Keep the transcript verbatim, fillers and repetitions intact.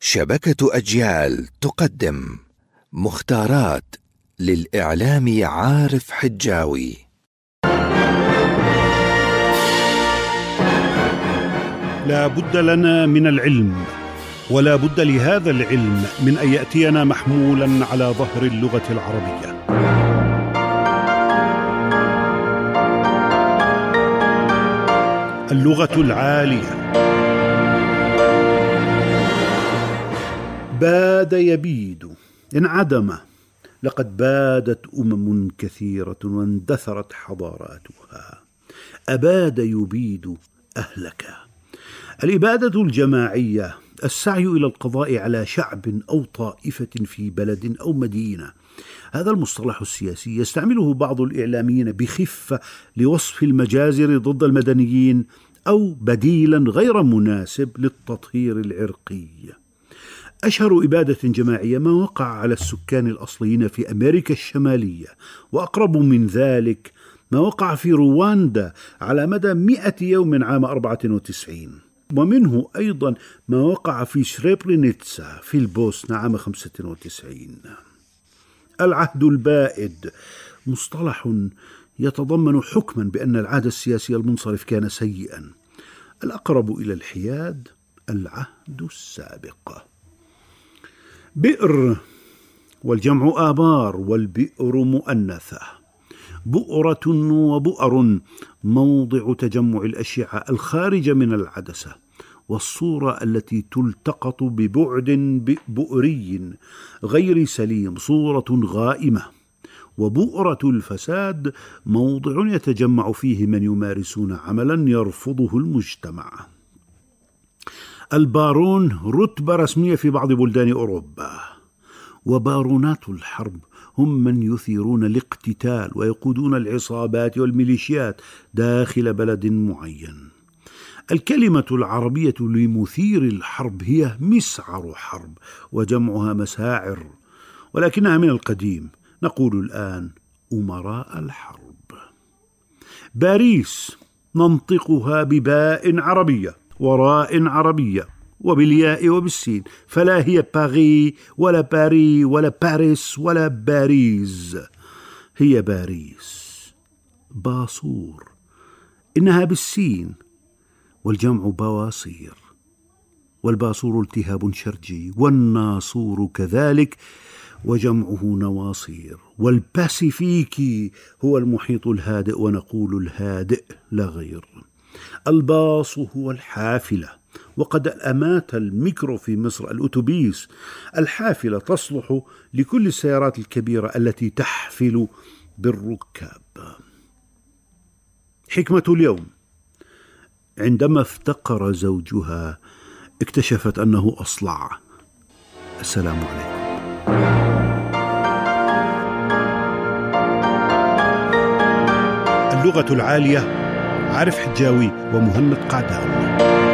شبكة أجيال تقدم مختارات للإعلامي عارف حجاوي. لا بد لنا من العلم، ولا بد لهذا العلم من أن يأتينا محمولا على ظهر اللغة العربية. اللغة العالية. باد يبيد، انعدم. لقد بادت أمم كثيرة واندثرت حضاراتها. أباد يبيد أهلك. الإبادة الجماعية، السعي إلى القضاء على شعب أو طائفة في بلد أو مدينة. هذا المصطلح السياسي يستعمله بعض الإعلاميين بخفة لوصف المجازر ضد المدنيين أو بديلا غير مناسب للتطهير العرقي. أشهر إبادة جماعية ما وقع على السكان الأصليين في أمريكا الشمالية، وأقرب من ذلك ما وقع في رواندا على مدى مئة يوم عام أربعة وتسعين، ومنه أيضا ما وقع في شريبرينيتسا في البوسنة عام خمسة وتسعين. العهد البائد مصطلح يتضمن حكما بأن العهد السياسي المنصرف كان سيئا. الأقرب إلى الحياد العهد السابق. بئر، والجمع آبار، والبئر مؤنثة. بؤرة وبؤر موضع تجمع الأشعة الخارجة من العدسة، والصورة التي تلتقط ببعد بؤري غير سليم صورة غائمة. وبؤرة الفساد موضع يتجمع فيه من يمارسون عملا يرفضه المجتمع. البارون رتبة رسمية في بعض بلدان أوروبا. وبارونات الحرب هم من يثيرون الاقتتال ويقودون العصابات والميليشيات داخل بلد معين. الكلمة العربية لمثير الحرب هي مسعر حرب، وجمعها مساعر، ولكنها من القديم. نقول الآن أمراء الحرب. باريس ننطقها بباء عربية وراء عربية وبالياء وبالسين، فلا هي باغي ولا باري ولا باريس ولا باريس، هي باريس. باصور إنها بالسين، والجمع بواصير، والباصور التهاب شرجي، والناصور كذلك وجمعه نواصير. والباسيفيكي هو المحيط الهادئ، ونقول الهادئ لا غير. الباص هو الحافلة، وقد أمات الميكرو في مصر الأتوبيس. الحافلة تصلح لكل السيارات الكبيرة التي تحفل بالركاب. حكمة اليوم: عندما افتقر زوجها اكتشفت أنه أصلع. السلام عليكم. اللغة العالية، عارف حجاوي ومهند قعدان.